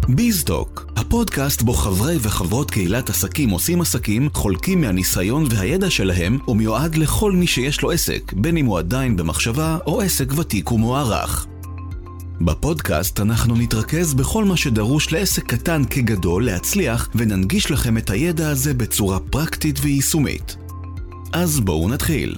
ביזטוק, הפודקאסט בו חברי וחברות קהילת עסקים עושים עסקים, חולקים מהניסיון והידע שלהם ומיועד לכל מי שיש לו עסק, בין אם הוא עדיין במחשבה או עסק ותיק ומוערך. בפודקאסט אנחנו נתרכז בכל מה שדרוש לעסק קטן כגדול להצליח וננגיש לכם את הידע הזה בצורה פרקטית ויישומית. אז בואו נתחיל.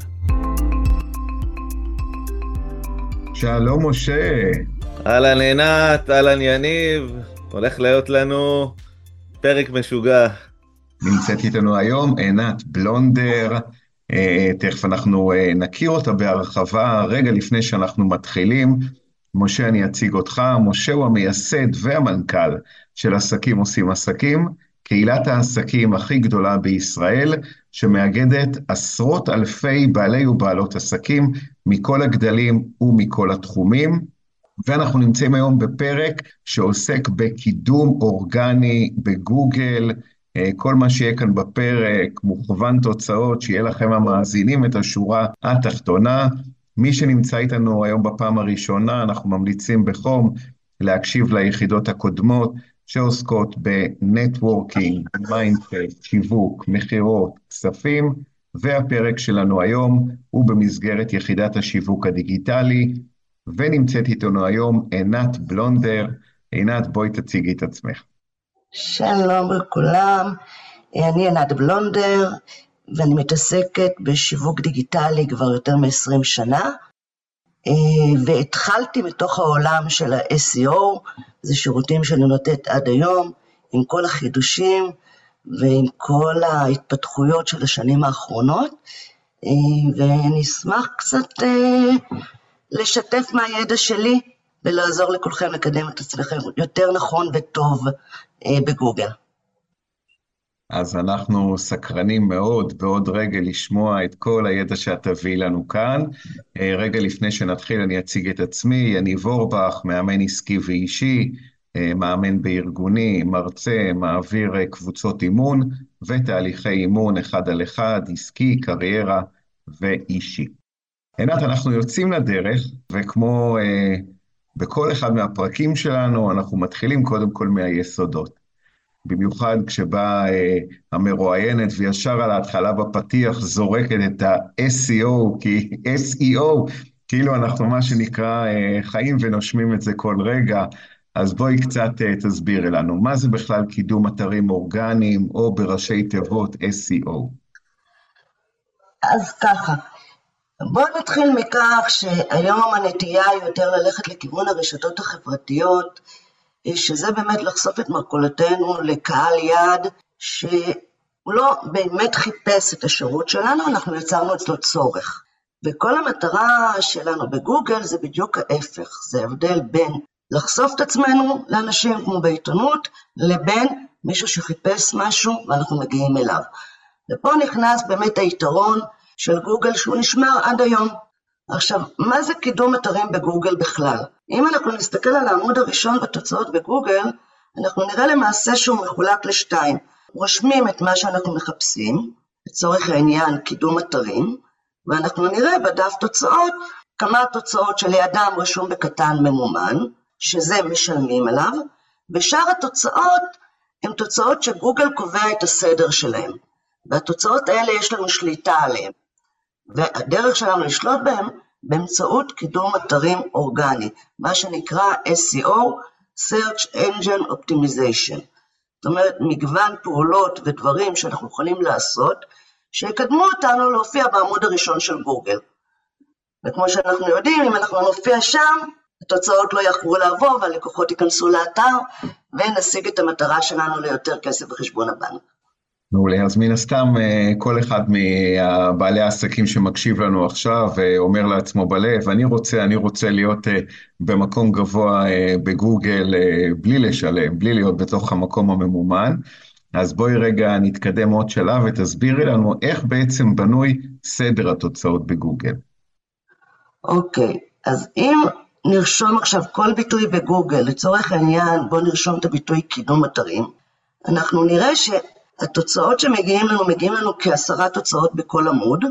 שלום משה. אהלן עינת, אהלן יניב, הולך להיות לנו פרק משוגע. נמצאת איתנו היום עינת בלונדר, תכף אנחנו נכיר אותה בהרחבה. רגע לפני שאנחנו מתחילים, משה, אני אציג אותך. משה הוא המייסד והמנכ"ל של עסקים עושים עסקים, קהילת העסקים הכי גדולה בישראל, שמאגדת עשרות אלפי בעלי ובעלות עסקים מכל הגדלים ומכל התחומים. ואנחנו נמצאים היום בפרק שעוסק בקידום אורגני בגוגל. כל מה שיהיה כאן בפרק מוכוון תוצאות, שיהיה לכם המאזינים את השורה התחתונה. מי שנמצא איתנו היום בפעם הראשונה, אנחנו ממליצים בחום להקשיב ליחידות הקודמות שעוסקות בנטוורקינג, מיינדסט, שיווק, מחירות, כספים, והפרק שלנו היום הוא במסגרת יחידת השיווק הדיגיטלי, ונמצאת איתנו היום עינת בלונדר. עינת, בואי תציגי את עצמך. שלום לכולם, אני עינת בלונדר, ואני מתעסקת בשיווק דיגיטלי כבר יותר מ-20 שנה, והתחלתי מתוך העולם של ה-SEO, זה שירותים שאני נותנת עד היום, עם כל החידושים ועם כל ההתפתחויות של השנים האחרונות, ואני אשמח קצת לשתף מהידע שלי, ולעזור לכולכם לקדם את עצמכם יותר נכון וטוב בגוגל. אז אנחנו סקרנים מאוד בעוד רגע לשמוע את כל הידע שאת תביא לנו כאן. רגע לפני שנתחיל אני אציג את עצמי. יניב אורבך, מאמן עסקי ואישי, מאמן בארגוני, מרצה, מעביר קבוצות אימון ותהליכי אימון אחד על אחד, עסקי, קריירה ואישי. עינת, אנחנו יוצאים לדרך, וכמו בכל אחד מהפרקים שלנו, אנחנו מתחילים קודם כל מהיסודות. במיוחד כשבאה המרואיינת וישר על ההתחלה בפתיח זורקת את ה-SEO, כי SEO, כאילו אנחנו מה שנקרא חיים ונושמים את זה כל רגע. אז בואי קצת תסבירי לנו, מה זה בכלל קידום אתרים אורגניים, או בראשי תיבות SEO? אז ככה, בואו נתחיל מכך שהיום הנטייה היא יותר ללכת לכיוון הרשתות החברתיות, שזה באמת לחשוף את מרכולתנו לקהל יעד, שהוא לא באמת חיפש את השירות שלנו, אנחנו יצרנו אצלו צורך. וכל המטרה שלנו בגוגל זה בדיוק ההפך, זה הבדל בין לחשוף את עצמנו לאנשים כמו בעיתונות, לבין מישהו שחיפש משהו ואנחנו מגיעים אליו. ופה נכנס באמת היתרון של גוגל שהוא נשמר עד היום. עכשיו, מה זה קידום אתרים בגוגל בכלל? אם אנחנו נסתכל על העמוד הראשון בתוצאות בגוגל, אנחנו נראה למעשה שהוא מחולק לשתיים. רושמים את מה שאנחנו מחפשים, לצורך העניין קידום אתרים, ואנחנו נראה בדף תוצאות כמה תוצאות שלידם רשום בקטן ממומן, שזה משלמים עליו, ושאר התוצאות הן תוצאות שגוגל קובע את הסדר שלהם, והתוצאות האלה יש לנו שליטה עליהן. והדרך שלנו לשלוט בהם באמצעות קידום אתרים אורגני, מה שנקרא SEO, Search Engine Optimization. זאת אומרת, מגוון פעולות ודברים שאנחנו יכולים לעשות, שיקדמו אותנו להופיע בעמוד הראשון של גוגל. וכמו שאנחנו יודעים, אם אנחנו נופיע שם, התוצאות לא יחרו לעבור, והלקוחות ייכנסו לאתר, ונשיג את המטרה שלנו ליותר כסף בחשבון הבנק. מעולה, אז מן הסתם כל אחד מבעלי העסקים שמקשיב לנו עכשיו אומר לעצמו בלב, אני רוצה להיות במקום גבוה בגוגל בלי לשלם, בלי להיות בתוך המקום הממומן. אז בואי רגע נתקדם עוד שלב ותסבירי לנו איך בעצם בנוי סדר התוצאות בגוגל. אוקיי, אז אם נרשום עכשיו כל ביטוי בגוגל, לצורך העניין בוא נרשום את הביטוי קידום אתרים, אנחנו נראה התוצאות שמגיעים לנו כ10 תוצאות בכל עמוד,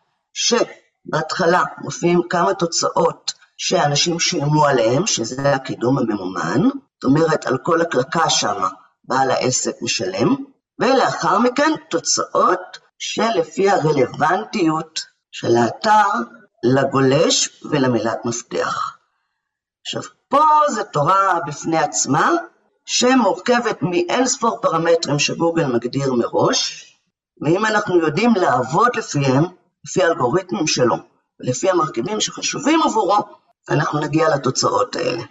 שבהתחלה מופיעים כמה תוצאות שאנשים שילמו עליהם, שזה הקידום הממומן, זאת אומרת, על כל הקלקה שם בעל העסק משלם, ולאחר מכן תוצאות שלפי הרלוונטיות של האתר לגולש ולמילת מפתח. עכשיו, פה זה תורה בפני עצמה, שמורכבת מאין ספור פרמטרים שגוגל מגדיר מראש, ואם אנחנו יודעים לעבוד לפיהם, לפי האלגוריתמים שלו, ולפי המרכיבים שחשובים עבורו, אנחנו נגיע לתוצאות האלה.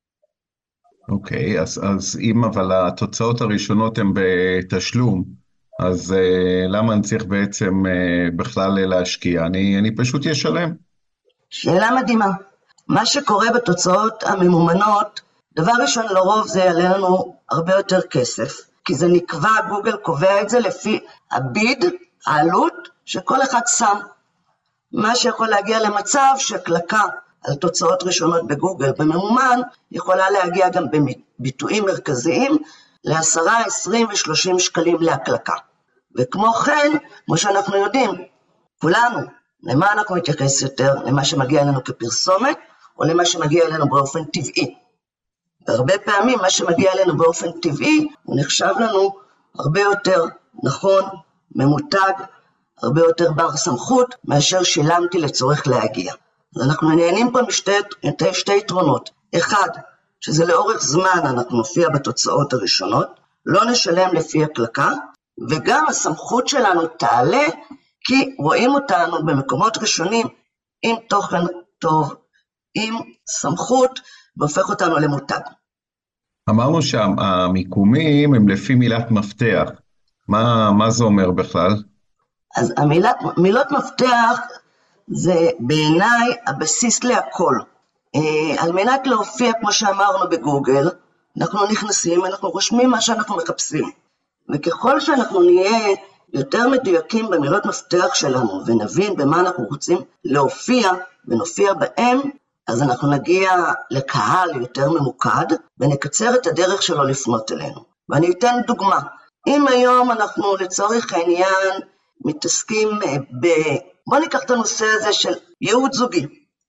אוקיי, אז אם אבל התוצאות הראשונות הן בתשלום, אז למה אני צריך בעצם בכלל להשקיע? אני פשוט אשלם. שאלה מדהימה. מה שקורה בתוצאות הממומנות, דבר ראשון לרוב זה יעלה לנו הרבה יותר כסף, כי זה נקבע, גוגל קובע את זה לפי הביד, העלות שכל אחד שם. מה שיכול להגיע למצב שקלקה על תוצאות ראשונות בגוגל בממומן, יכולה להגיע גם בביטויים מרכזיים ל10, 20 ו30 שקלים להקלקה. וכמו כן, כמו שאנחנו יודעים, כולנו, למה אנחנו מתייחס יותר? למה שמגיע אלינו כפרסומת, או למה שמגיע אלינו באופן טבעי. והרבה פעמים מה שמגיע אלינו באופן טבעי, הוא נחשב לנו הרבה יותר נכון, ממותג, הרבה יותר בר סמכות, מאשר שילמתי לצורך להגיע. אז אנחנו נהנים פה משתי יתרונות. אחד, שזה לאורך זמן אנחנו נופיע בתוצאות הראשונות, לא נשלם לפי הקלקה, וגם הסמכות שלנו תעלה, כי רואים אותנו במקומות ראשונים עם תוכן טוב, עם סמכות, והופך אותנו למותג. אמרנו שהמיקומים הם לפי מילת מפתח. מה זה אומר בכלל? אז מילות מפתח זה בעיניי הבסיס להכל. על מנת להופיע, כמו שאמרנו בגוגל, אנחנו נכנסים, אנחנו רושמים מה שאנחנו מחפשים. וככל שאנחנו נהיה יותר מדויקים במילות מפתח שלנו, ונבין במה אנחנו רוצים להופיע, ונופיע בהם, אז אנחנו נגיע לקהל יותר ממוקד, ונקצר את הדרך שלו לפנות אלינו. ואני אתן דוגמה. אם היום אנחנו לצורך העניין מתעסקים בוא ניקח את הנושא הזה של ייעוד זוגי.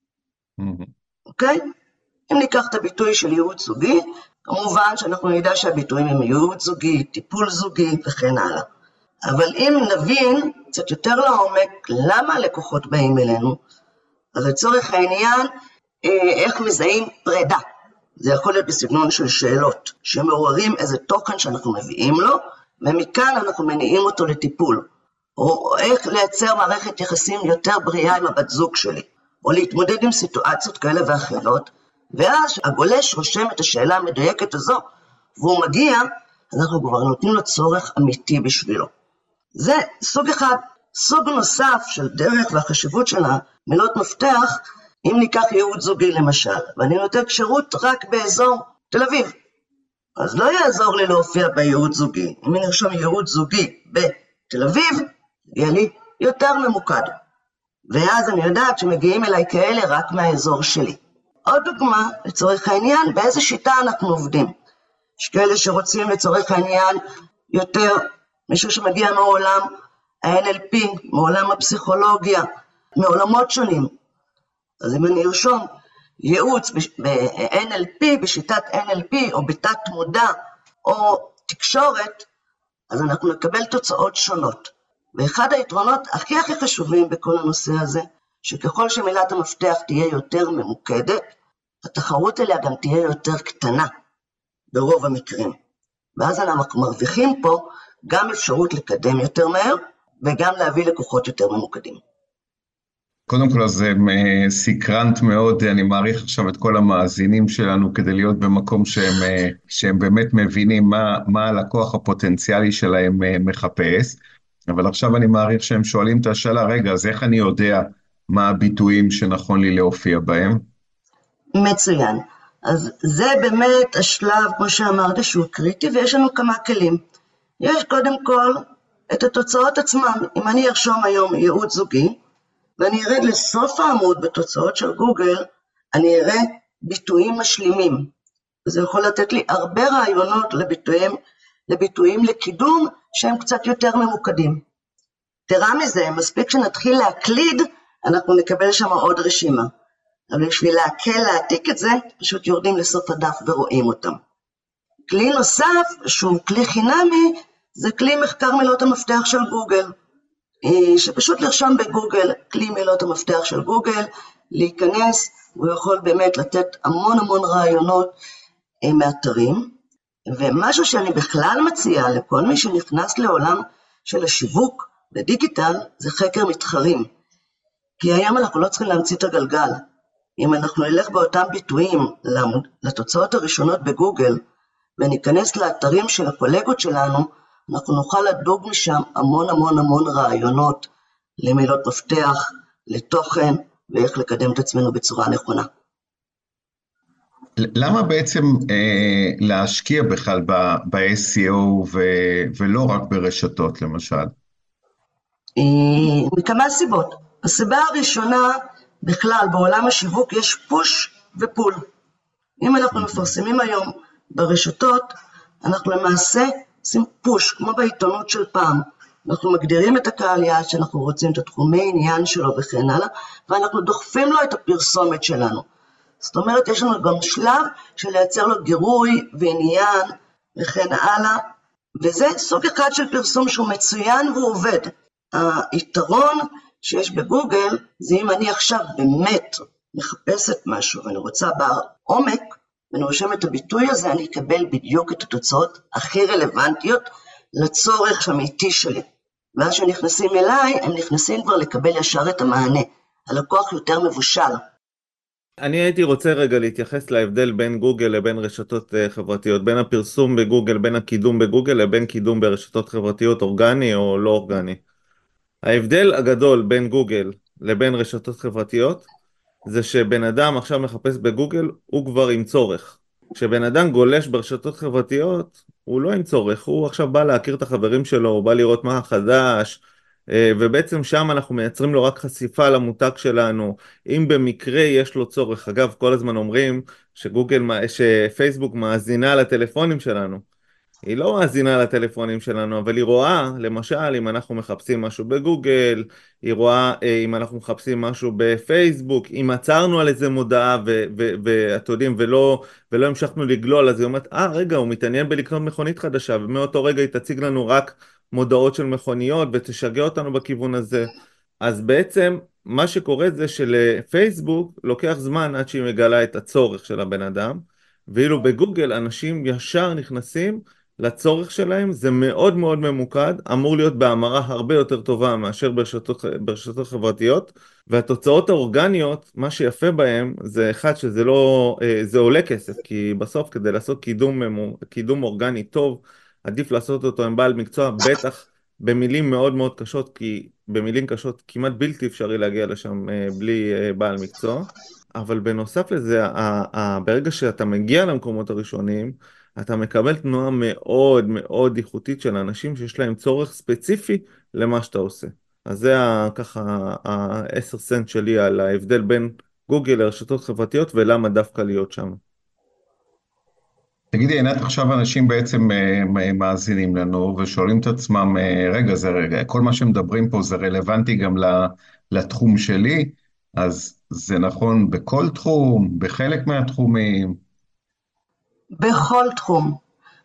אוקיי? אם ניקח את הביטוי של ייעוד זוגי, כמובן שאנחנו נדע שהביטויים הם ייעוד זוגי, טיפול זוגי וכן הלאה. אבל אם נבין קצת יותר לעומק למה הלקוחות באים אלינו, אז לצורך העניין, איך מזהים פרידה. זה יכול להיות בסגנון של שאלות, שמעוררים איזה תוכן שאנחנו מביאים לו, ומכאן אנחנו מניעים אותו לטיפול. או איך לייצר מערכת יחסים יותר בריאה עם הבת זוג שלי, או להתמודד עם סיטואציות כאלה ואחרות, ואז הגולש רושם את השאלה המדויקת הזו, והוא מגיע, אנחנו כבר נותנים לו צורך אמיתי בשבילו. זה סוג אחד. סוג נוסף של דרך והחשיבות של המילות מפתח, אם ניקח ייעוד זוגי למשל, ואני נותן שירות רק באזור תל אביב, אז לא יעזור לי להופיע בייעוד זוגי. אם אני נרשום ייעוד זוגי בתל אביב, יהיה לי יותר ממוקד. ואז אני יודעת שמגיעים אליי כאלה רק מהאזור שלי. עוד דוגמה, לצורך העניין, באיזה שיטה אנחנו עובדים. יש כאלה שרוצים לצורך העניין יותר, מישהו שמגיע מעולם ה-NLP, מעולם הפסיכולוגיה, מעולמות שונים. אז אם אני ארשום ייעוץ ב-NLP, בשיטת NLP, או בתת מודע, או תקשורת, אז אנחנו נקבל תוצאות שונות. ואחד היתרונות הכי חשובים בכל הנושא הזה, שככל שמילת המפתח תהיה יותר ממוקדת, התחרות אליה גם תהיה יותר קטנה, ברוב המקרים. ואז אנחנו מרוויחים פה גם אפשרות לקדם יותר מהר, וגם להביא לקוחות יותר ממוקדים. קודם כל, אז סקרנט מאוד, אני מעריך עכשיו את כל המאזינים שלנו, כדי להיות במקום שהם באמת מבינים מה הלקוח הפוטנציאלי שלהם מחפש, אבל עכשיו אני מעריך שהם שואלים את השאלה, רגע, אז איך אני יודע מה הביטויים שנכון לי להופיע בהם? מצוין. אז זה באמת השלב, כמו שאמרת, שהוא קריטי, ויש לנו כמה כלים. יש קודם כל את התוצאות עצמם. אם אני ארשום היום ייעוד זוגי, ואני ארד לסוף העמוד בתוצאות של גוגל, אני אראה ביטויים משלימים. וזה יכול לתת לי הרבה רעיונות לביטויים לקידום שהם קצת יותר ממוקדים. תראה מזה, מספיק שנתחיל להקליד, אנחנו נקבל שם עוד רשימה. אבל בשביל להקל להעתיק את זה, פשוט יורדים לסוף הדף ורואים אותם. כלי נוסף, שהוא כלי חינמי, זה כלי מחקר מילות המפתח של גוגל, שפשוט לרשום בגוגל כלי מילות המפתח של גוגל, להיכנס, הוא יכול באמת לתת המון רעיונות מאתרים, ומשהו שאני בכלל מציעה לכל מי שנכנס לעולם של השיווק בדיגיטל, זה חקר מתחרים. כי היום אנחנו לא צריכים להמציא את הגלגל. אם אנחנו נלך באותם ביטויים לתוצאות הראשונות בגוגל, וניכנס לאתרים של הקולגות שלנו, אנחנו נוכל לדוג משם המון רעיונות למילות מפתח, לתוכן, ואיך לקדם את עצמנו בצורה נכונה. למה בעצם להשקיע בכלל ב-SEO ולא רק ברשתות למשל? מכמה סיבות. הסיבה הראשונה, בכלל בעולם השיווק יש פוש ופול. אם אנחנו מפרסמים היום ברשתות, אנחנו למעשה עושים פוש, כמו בעיתונות של פעם. אנחנו מגדירים את הקהל יעד שאנחנו רוצים, את התחומי עניין שלו וכן הלאה, ואנחנו דוחפים לו את הפרסומת שלנו. זאת אומרת, יש לנו גם שלב של לייצר לו גירוי ועניין וכן הלאה, וזה סוג אחד של פרסום שהוא מצוין והוא עובד. היתרון שיש בגוגל, זה אם אני עכשיו באמת מחפשת משהו ואני רוצה בעומק, ואני רושם את הביטוי הזה, אני אקבל בדיוק את התוצאות הכי רלוונטיות לצורך האמיתי שלי. ואז שנכנסים אליי, הם נכנסים כבר לקבל ישר את המענה. הלקוח יותר מבושל. אני הייתי רוצה רגע להתייחס להבדל בין גוגל לבין רשתות חברתיות, בין הפרסום בגוגל, בין הקידום בגוגל לבין קידום ברשתות חברתיות אורגני או לא אורגני. ההבדל הגדול בין גוגל לבין רשתות חברתיות, זה שבן אדם עכשיו מחפש בגוגל, הוא כבר עם צורך. כשבן אדם גולש ברשתות חברתיות, הוא לא עם צורך, הוא עכשיו בא להכיר את החברים שלו, הוא בא לראות מה החדש, ובעצם שם אנחנו מייצרים לו רק חשיפה למותג שלנו, אם במקרה יש לו צורך. אגב, כל הזמן אומרים שפייסבוק מאזינה לטלפונים שלנו, היא לא מאזינה לטלפונים שלנו, אבל היא רואה, למשל, אם אנחנו מחפשים משהו בגוגל, היא רואה אם אנחנו מחפשים משהו בפייסבוק, אם עצרנו על איזה מודעה, ואתם יודעים, ולא המשכנו לגלול, אז היא אומרת, רגע, הוא מתעניין בלקנות מכונית חדשה, ומאותו רגע היא תציג לנו רק מודעות של מכוניות, ותשגע אותנו בכיוון הזה. אז בעצם, מה שקורה זה שלפייסבוק לוקח זמן עד שהיא מגלה את הצורך של הבן אדם, ואילו בגוגל אנשים ישר נכנסים לצורך שלהם, זה מאוד ממוקד, אמור להיות בהמרה הרבה יותר טובה מאשר ברשתות חברתיות, והתוצאות האורגניות, מה שיפה בהם, זה אחד שזה לא, זה עולה כסף, כי בסוף כדי לעשות קידום אורגני טוב, עדיף לעשות אותו עם בעל מקצוע, בטח במילים מאוד קשות, כי במילים קשות כמעט בלתי אפשרי להגיע לשם בלי בעל מקצוע, אבל בנוסף לזה, ברגע שאתה מגיע למקומות הראשונים, אתה מקבל תנועה מאוד איכותית של אנשים שיש להם צורך ספציפי למה שאתה עושה. אז זה ככה ה10 סנט שלי על ההבדל בין גוגל לרשתות חברתיות ולמה דווקא להיות שם. תגידי, עינת, עכשיו אנשים בעצם מאזינים לנו ושואלים את עצמם, רגע, כל מה שמדברים פה זה רלוונטי גם לתחום שלי, אז זה נכון בכל תחום, בחלק מהתחומים? בכל תחום.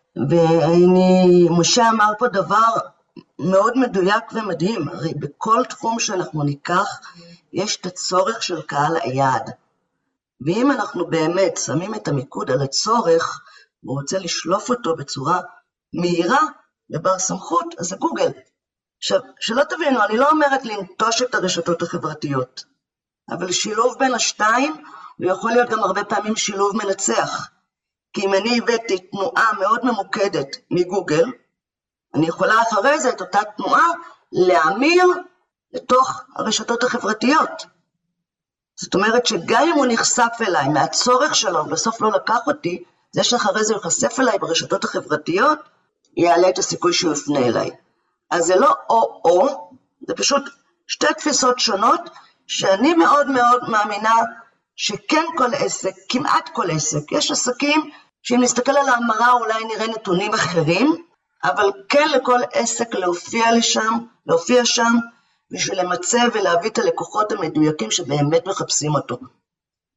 משה אמר פה דבר מאוד מדויק ומדהים, הרי בכל תחום שאנחנו ניקח, יש את הצורך של קהל היעד. ואם אנחנו באמת שמים את המיקוד על הצורך, ורוצה לשלוף אותו בצורה מהירה ובר סמכות, אז זה גוגל. עכשיו, שלא תבינו, אני לא אומרת לנטוש את הרשתות החברתיות, אבל שילוב בין השתיים, הוא יכול להיות גם הרבה פעמים שילוב מנצח. כי אם אני הבאתי תנועה מאוד ממוקדת מגוגל, אני יכולה אחרי זה את אותה תנועה להמיר לתוך הרשתות החברתיות. זאת אומרת שגם אם הוא נחשף אליי מהצורך שלו, בסוף לא לקח אותי, זה שאחרי זה הוא יחשף אליי ברשתות החברתיות, יעלה את הסיכוי שהוא יפנה אליי. אז זה לא או, זה פשוט שתי תפיסות שונות, שאני מאוד מאמינה שכן כל עסק, כמעט כל עסק, יש עסקים שאם נסתכל על ההמרה אולי נראה נתונים אחרים, אבל כן לכל עסק להופיע שם, בשביל למצב ולהביא את הלקוחות המדויקים שבאמת מחפשים אותו.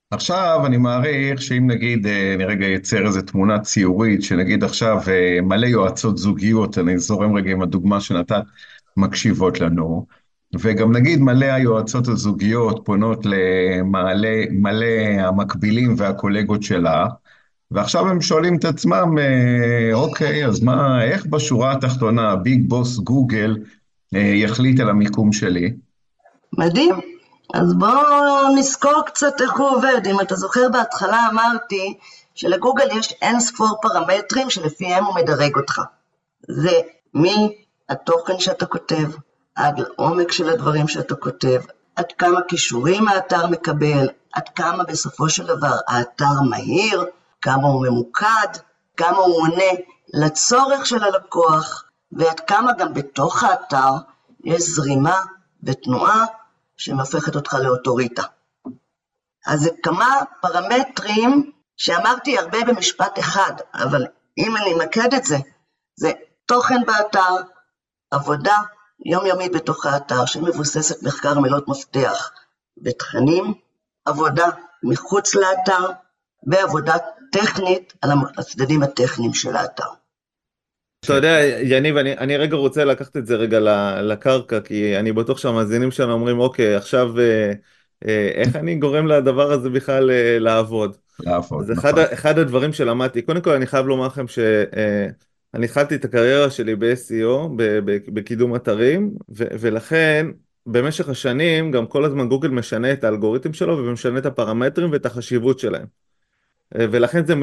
עכשיו אני מעריך שאם נגיד, אני רגע אייצר איזו תמונה ציורית, שנגיד עכשיו מלא יועצות זוגיות, אני זורם רגע עם הדוגמה שנתת, מקשיבות לנו, וגם נגיד מלא היועצות הזוגיות פונות למלא המקבילים והקולגות שלה, ועכשיו הם שואלים את עצמם, אוקיי, אז מה, איך בשורה התחתונה ביג בוס גוגל יחליט על המיקום שלי? מדהים. אז בואו נזכור קצת איך הוא עובד. אם אתה זוכר, בהתחלה אמרתי שלגוגל יש אין ספור פרמטרים שלפיהם הוא מדרג אותך. זה מהתוכן שאתה כותב, עד לעומק של הדברים שאתה כותב, עד כמה קישורים האתר מקבל, עד כמה בסופו של דבר האתר מהיר, כמה הוא ממוקד, כמה הוא עונה לצורך של הלקוח, ועד כמה גם בתוך האתר יש זרימה ותנועה שמהפכת אותך לאוטוריטה. אז זה כמה פרמטרים שאמרתי הרבה במשפט אחד, אבל אם אני אמקד את זה, זה תוכן באתר, עבודה יומיומית בתוך האתר שמבוססת מחקר מילות מפתח בתכנים, עבודה מחוץ לאתר, ועבודה טכנית על הצדדים הטכניים של האתר. אתה יודע, יניב, אני רגע רוצה לקחת את זה רגע לקרקע, כי אני בטוח שהמאזינים שלנו אומרים, אוקיי, עכשיו איך אני גורם לדבר הזה בכלל לעבוד? אז נכון. אחד הדברים שלמדתי, קודם כל אני חייב לומר לכם שאני התחלתי את הקריירה שלי ב-SEO, בקידום אתרים, ולכן במשך השנים גם כל הזמן גוגל משנה את האלגוריתם שלו, ומשנה את הפרמטרים ואת החשיבות שלהם. ולכן זה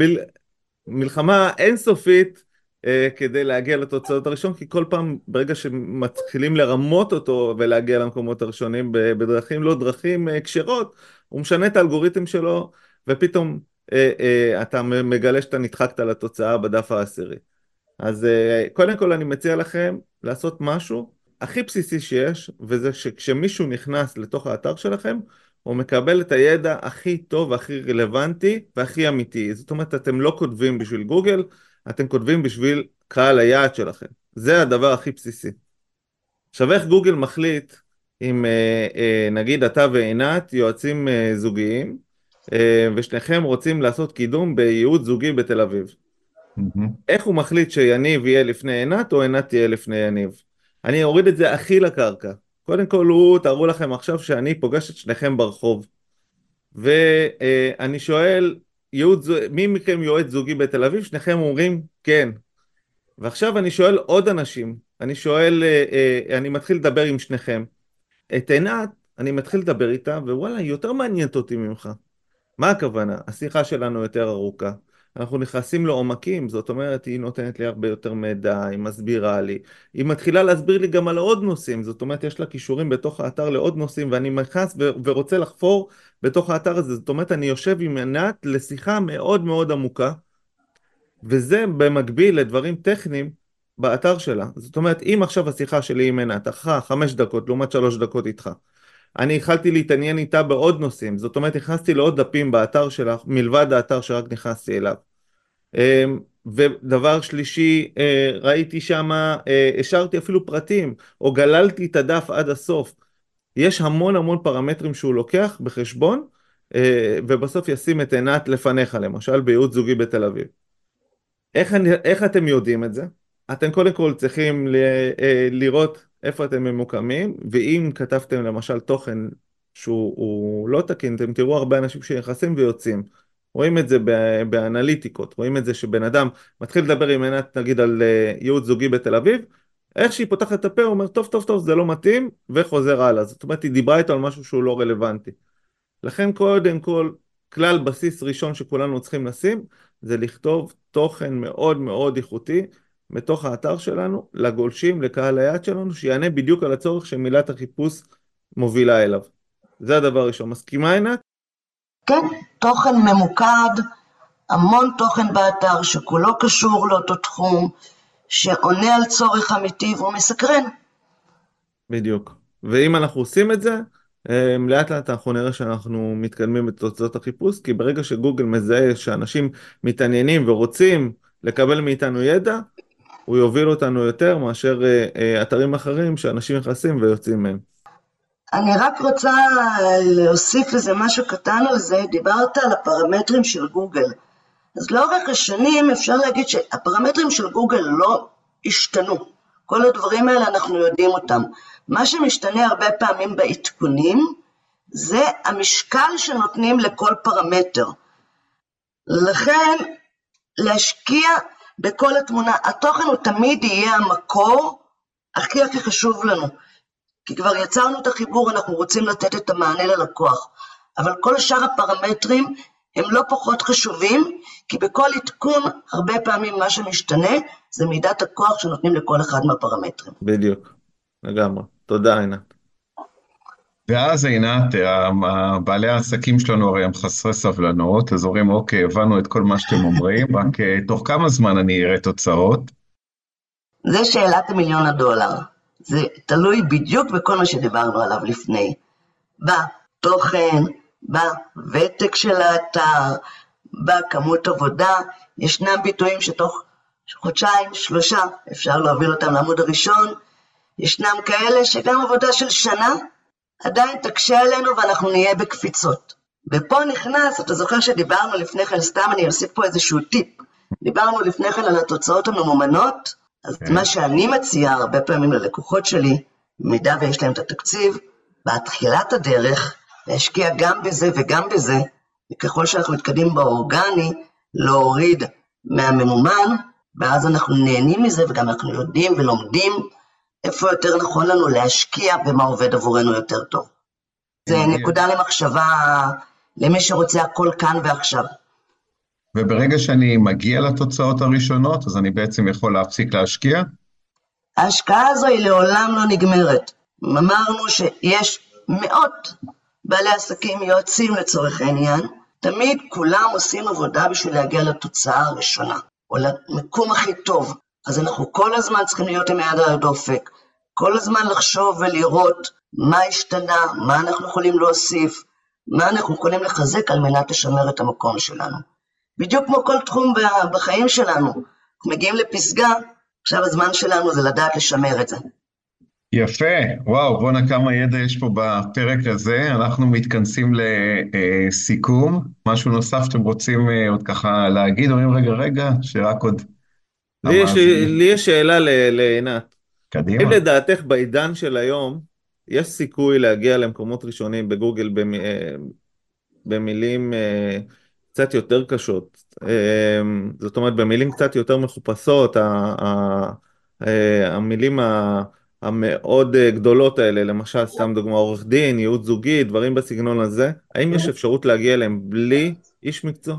מלחמה אינסופית, כדי להגיע לתוצאות הראשון, כי כל פעם ברגע שמתחילים לרמות אותו ולהגיע למקומות הראשונים בדרכים לא דרכים קשרות, הוא משנה את האלגוריתם שלו, ופתאום אתה מגלה שאתה נדחקת לתוצאה בדף העשירי. אז קודם כל אני מציע לכם לעשות משהו הכי בסיסי שיש, וזה שכשמישהו נכנס לתוך האתר שלכם, הוא מקבל את הידע הכי טוב, הכי רלוונטי והכי אמיתי. זאת אומרת, אתם לא כותבים בשביל גוגל, אתם כותבים בשביל קהל היעד שלכם. זה הדבר הכי בסיסי. עכשיו, איך גוגל מחליט אם נגיד אתה ועינת יועצים זוגיים, ושניכם רוצים לעשות קידום בייעוץ זוגי בתל אביב? איך הוא מחליט שיניב יהיה לפני עינת או עינת תהיה לפני יניב? אני אוריד את זה הכי לקרקע. קודם כל, תראו לכם עכשיו שאני פוגש את שניכם ברחוב, ואני שואל, מי מכם יועץ זוגי בתל אביב? שניכם אומרים כן. ועכשיו אני שואל עוד אנשים, אני מתחיל לדבר עם שניכם. את עינת, אני מתחיל לדבר איתה, ווואלה, היא יותר מעניינת אותי ממך. מה הכוונה? השיחה שלנו יותר ארוכה. אנחנו נכנסים לעומקים, זאת אומרת, היא נותנת לי הרבה יותר מידע, היא מסבירה לי, היא מתחילה להסביר לי גם על עוד נושאים, זאת אומרת, יש לה קישורים בתוך האתר לעוד נושאים, ואני נכנס ורוצה לחפור בתוך האתר הזה, זאת אומרת, אני יושב עם עינת לשיחה מאוד מאוד עמוקה, וזה במקביל לדברים טכניים באתר שלה. זאת אומרת, אם עכשיו השיחה שלי עם עינת, אחרי 5 דקות, לעומת 3 דקות איתך, אני התחלתי להתעניין איתה בעוד נושאים, זאת אומרת, נכנסתי לעוד דפים באתר שלך, מלבד האתר שרק נכנסתי אליו. ודבר שלישי, ראיתי שם, השארתי אפילו פרטים, או גללתי את הדף עד הסוף. יש המון המון פרמטרים שהוא לוקח בחשבון, ובסוף ישים את עינת לפניך, למשל בייעוץ זוגי בתל אביב. איך אתם יודעים את זה? אתם קודם כל צריכים לראות איפה אתם ממוקמים, ואם כתבתם למשל תוכן שהוא לא תקין, אתם תראו הרבה אנשים שנכנסים ויוצאים. רואים את זה באנליטיקות, רואים את זה שבן אדם מתחיל לדבר עם עינת נגיד על ייעוץ זוגי בתל אביב, איך שהיא פותחת את הפה, הוא אומר טוב טוב טוב זה לא מתאים, וחוזר הלאה. זאת אומרת, היא דיברה איתו על משהו שהוא לא רלוונטי. לכן קודם כל, כלל בסיס ראשון שכולנו צריכים לשים, זה לכתוב תוכן מאוד מאוד איכותי, מתוך האתר שלנו, לגולשים, לקהל היעד שלנו, שיענה בדיוק על הצורך שמילת החיפוש מובילה אליו. זה הדבר הראשון. מסכימה עינת? כן, תוכן ממוקד, המון תוכן באתר שכולו קשור לאותו תחום, שעונה על צורך אמיתי והוא מסקרן. בדיוק. ואם אנחנו עושים את זה, לאט לאט אנחנו נראה שאנחנו מתקדמים בתוצאות החיפוש, כי ברגע שגוגל מזהה שאנשים מתעניינים ורוצים לקבל מאיתנו ידע, הוא יוביל אותנו יותר מאשר אתרים אחרים שאנשים נכנסים ויוצאים מהם. אני רק רוצה להוסיף איזה משהו קטן על זה, דיברת על הפרמטרים של גוגל. אז לאורך השנים אפשר להגיד שהפרמטרים של גוגל לא השתנו. כל הדברים האלה אנחנו יודעים אותם. מה שמשתנה הרבה פעמים בעדכונים, זה המשקל שנותנים לכל פרמטר. לכן, להשקיע בכל התמונה, התוכן הוא תמיד יהיה המקור הכי חשוב לנו. כי כבר יצרנו את החיבור, אנחנו רוצים לתת את המענה ללקוח. אבל כל שאר הפרמטרים הם לא פחות חשובים, כי בכל עדכון הרבה פעמים מה שמשתנה זה מידת הכוח שנותנים לכל אחד מהפרמטרים. בדיוק, לגמרי. תודה, עינת. ואז עינת, בעלי העסקים שלנו הרי הם חסרי סבלנות, אז אומרים, אוקיי, הבנו את כל מה שאתם אומרים, רק תוך כמה זמן אני אראה תוצאות? זה שאלת $1,000,000. זה תלוי בדיוק בכל מה שדיברנו עליו לפני. בתוכן, בוותק של האתר, בכמות עבודה, ישנם ביטויים שתוך חודשיים, 3, אפשר להוביל אותם לעמוד הראשון, ישנם כאלה שגם עבודה של שנה, עדיין תקשה עלינו ואנחנו נהיה בקפיצות. ופה נכנס, אתה זוכר שדיברנו לפני כן, סתם אני אוסיף פה איזשהו טיפ, דיברנו לפני כן על התוצאות הממומנות, אז מה שאני מציע הרבה פעמים ללקוחות שלי, במידה ויש להם את התקציב, בתחילת הדרך, להשקיע גם בזה וגם בזה, וככל שאנחנו מתקדים באורגני, להוריד מהממומן, ואז אנחנו נהנים מזה, וגם אנחנו יודעים ולומדים, איפה יותר נכון לנו להשקיע, ומה עובד עבורנו יותר טוב. זה נקודה למחשבה, למי שרוצה הכל כאן ועכשיו. וברגע שאני מגיע לתוצאות הראשונות, אז אני בעצם יכול להפסיק להשקיע? ההשקעה הזו היא לעולם לא נגמרת. אמרנו שיש מאות בעלי עסקים יועצים לצורך העניין, תמיד כולם עושים עבודה בשביל להגיע לתוצאה הראשונה, או למקום הכי טוב. אז אנחנו כל הזמן צריכים להיות עם היד על הדופק, כל הזמן לחשוב ולראות מה השתנה, מה אנחנו יכולים להוסיף, מה אנחנו יכולים לחזק על מנת לשמר את המקום שלנו. בדיוק כמו כל תחום בחיים שלנו, אנחנו מגיעים לפסגה, עכשיו הזמן שלנו זה לדעת לשמר את זה. יפה, וואו, בוא'נה כמה ידע יש פה בפרק הזה, אנחנו מתכנסים לסיכום, משהו נוסף שאתם רוצים עוד ככה להגיד, אומרים רגע, שרק עוד... לי יש שאלה לעינת. קדימה. אם לדעתך בעידן של היום, יש סיכוי להגיע למקומות ראשונים בגוגל במילים קצת יותר קשות, זאת אומרת במילים קצת יותר מחופשות, המילים המאוד גדולות האלה, למשל סתם דוגמה עורך דין, ייעוץ זוגי, דברים בסגנון הזה, האם יש אפשרות להגיע אליהם בלי איש מקצוע?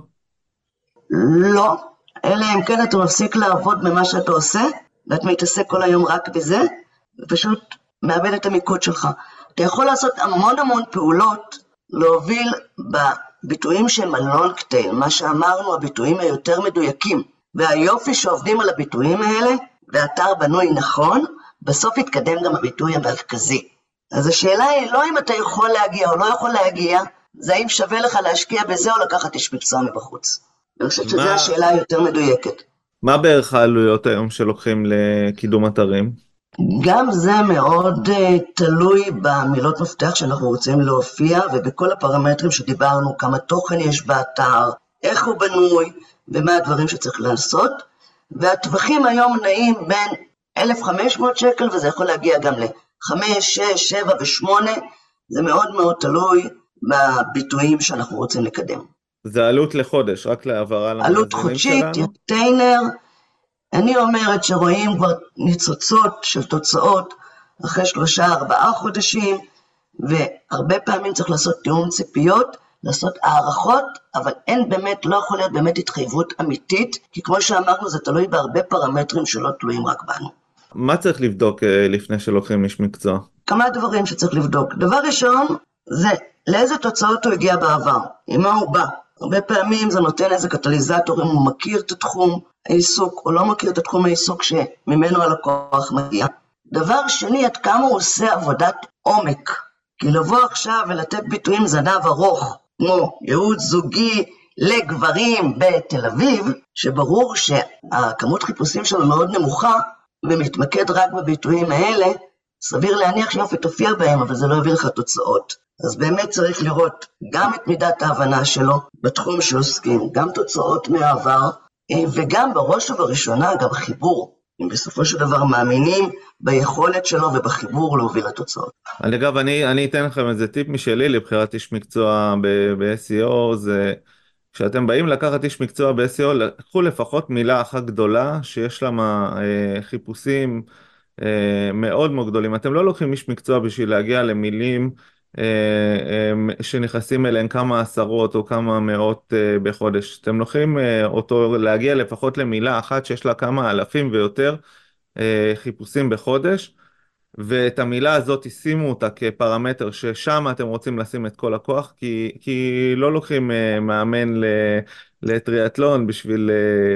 לא, אלא אם כן אתה מפסיק לעבוד ממה שאתה עושה, ואת מתעסק כל היום רק בזה, ופשוט מאבד את המיקוד שלך. אתה יכול לעשות המון פעולות, להוביל בביטויים שהם הלונג טייל, מה שאמרנו, הביטויים היותר מדויקים, והיופי שעובדים על הביטויים האלה, והאתר בנוי נכון, בסוף יתקדם גם הביטוי המרכזי. אז השאלה היא לא אם אתה יכול להגיע או לא יכול להגיע, זה האם שווה לך להשקיע בזה או לקחת איש מקצוע מבחוץ. אני חושבת שזו השאלה היותר מדויקת. מה בערך העלויות היום שלוקחים לקידום אתרים? גם זה מאוד תלוי במילות מפתח שאנחנו רוצים להופיע, ובכל הפרמטרים שדיברנו, כמה תוכן יש באתר, איך הוא בנוי, ומה הדברים שצריך לעשות. והטווחים היום נעים בין 1,500 שקל, וזה יכול להגיע גם ל-5, 6, 7 ו-8, זה מאוד תלוי בביטויים שאנחנו רוצים לקדם. זה עלות לחודש, רק להעברה למאזינים שלנו? עלות חודשית, טיינר, אני אומרת שרואים כבר ניצוצות של תוצאות אחרי 3-4 חודשים, והרבה פעמים צריך לעשות תיאום ציפיות, לעשות הערכות, אבל אין באמת, לא יכול להיות באמת התחייבות אמיתית, כי כמו שאמרנו זה תלוי בהרבה פרמטרים שלא תלויים רק בנו. מה צריך לבדוק לפני שלוקחים איש מקצוע? כמה דברים שצריך לבדוק. דבר ראשון זה לאיזה תוצאות הוא הגיע בעבר, עם מה הוא בא. הרבה פעמים זה נותן איזה קטליזטור, אם הוא מכיר את התחום העיסוק או לא מכיר את התחום העיסוק שממנו הלקוח מגיע. דבר שני, עד כמה הוא עושה עבודת עומק. כי לבוא עכשיו ולתת ביטויים זנב ארוך, כמו ייעוץ זוגי לגברים בתל אביב, שברור שהכמות חיפושים שלו מאוד נמוכה, ומתמקד רק בביטויים האלה, סביר להניח שיופי תופיע בהם, אבל זה לא יביא לך תוצאות. אז באמת צריך לראות גם את מידת ההבנה שלו בתחום שעוסקים, גם תוצאות מהעבר, וגם בראש ובראשונה גם חיבור. אם בסופו של דבר מאמינים ביכולת שלו ובחיבור להוביל לתוצאות. אגב, אני אתן לכם איזה טיפ משלי לבחירת איש מקצוע ב-SEO, זה כשאתם באים לקחת איש מקצוע ב-SEO, קחו לפחות מילה אחת גדולה, שיש לה חיפושים מאוד מאוד גדולים. אתם לא לוקחים איש מקצוע בשביל להגיע למילים שנכנסים אליהן כמה עשרות או כמה מאות בחודש. אתם לוקחים אותו להגיע לפחות למילה אחת שיש לה כמה אלפים ויותר חיפושים בחודש, ואת המילה הזאת תשימו אותה כפרמטר ששם אתם רוצים לשים את כל הכוח, כי לא לוקחים מאמן לטריאטלון בשביל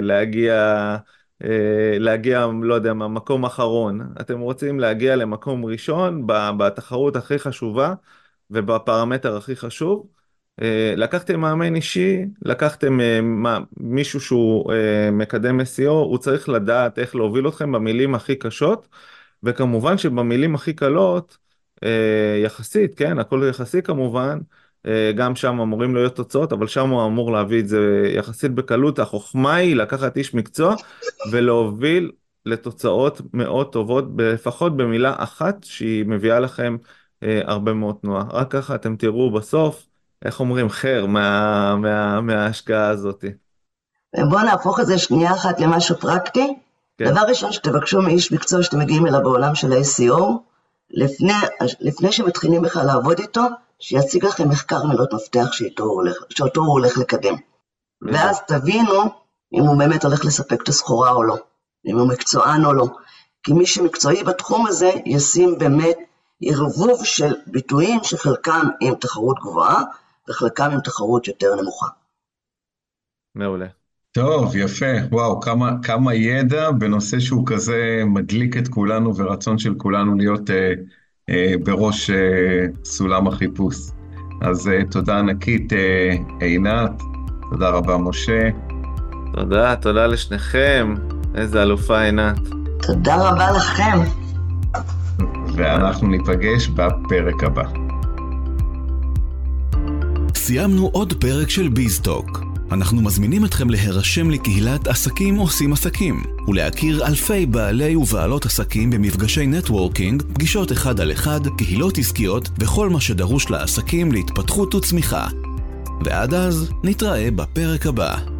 להגיע, לא יודע, מקום אחרון. אתם רוצים להגיע למקום ראשון בתחרות הכי חשובה ובפרמטר הכי חשוב. לקחתם מאמן אישי, לקחתם מישהו שהוא מקדם SEO, הוא צריך לדעת איך להוביל אתכם במילים הכי קשות, וכמובן שבמילים הכי קלות, יחסית, כן, הכל יחסי כמובן, גם שם אמורים להיות תוצאות, אבל שם הוא אמור להביא את זה יחסית בקלות. החוכמה היא לקחת איש מקצוע ולהוביל לתוצאות מאוד טובות, לפחות במילה אחת שהיא מביאה לכם הרבה מאוד תנועה. רק ככה אתם תראו בסוף, איך אומרים, חר מההשקעה הזאת. בואו נהפוך את זה שנייה אחת למשהו פרקטי. כן. דבר ראשון שתבקשו מאיש מקצוע שאתם מגיעים אליו בעולם של ה-SEO, לפני שמתחילים בכלל לעבוד איתו, שיציג לכם מחקר מילות מפתח שאותו הוא הולך לקדם. ואז תבינו אם הוא באמת הולך לספק את הסחורה או לא, אם הוא מקצוען או לא. כי מי שמקצועי בתחום הזה ישים באמת ערבוב של ביטויים שחלקם עם תחרות גבוהה, וחלקם עם תחרות יותר נמוכה. מעולה. טוב, יפה. וואו, כמה ידע בנושא שהוא כזה מדליק את כולנו, ורצון של כולנו להיות בראש סולם החיפוש. אז תודה ענקית עינת, תודה רבה משה. תודה לשניכם, איזה אלופה עינת. תודה רבה לכם. ואנחנו ניפגש בפרק הבא. סיימנו עוד פרק של ביזטוק. אנחנו מזמינים אתכם להירשם לקהילת עסקים עושים עסקים, ולהכיר אלפי בעלי ובעלות עסקים במפגשי נטוורקינג, פגישות אחד על אחד, קהילות עסקיות וכל מה שדרוש לעסקים להתפתחות וצמיחה. ועד אז נתראה בפרק הבא.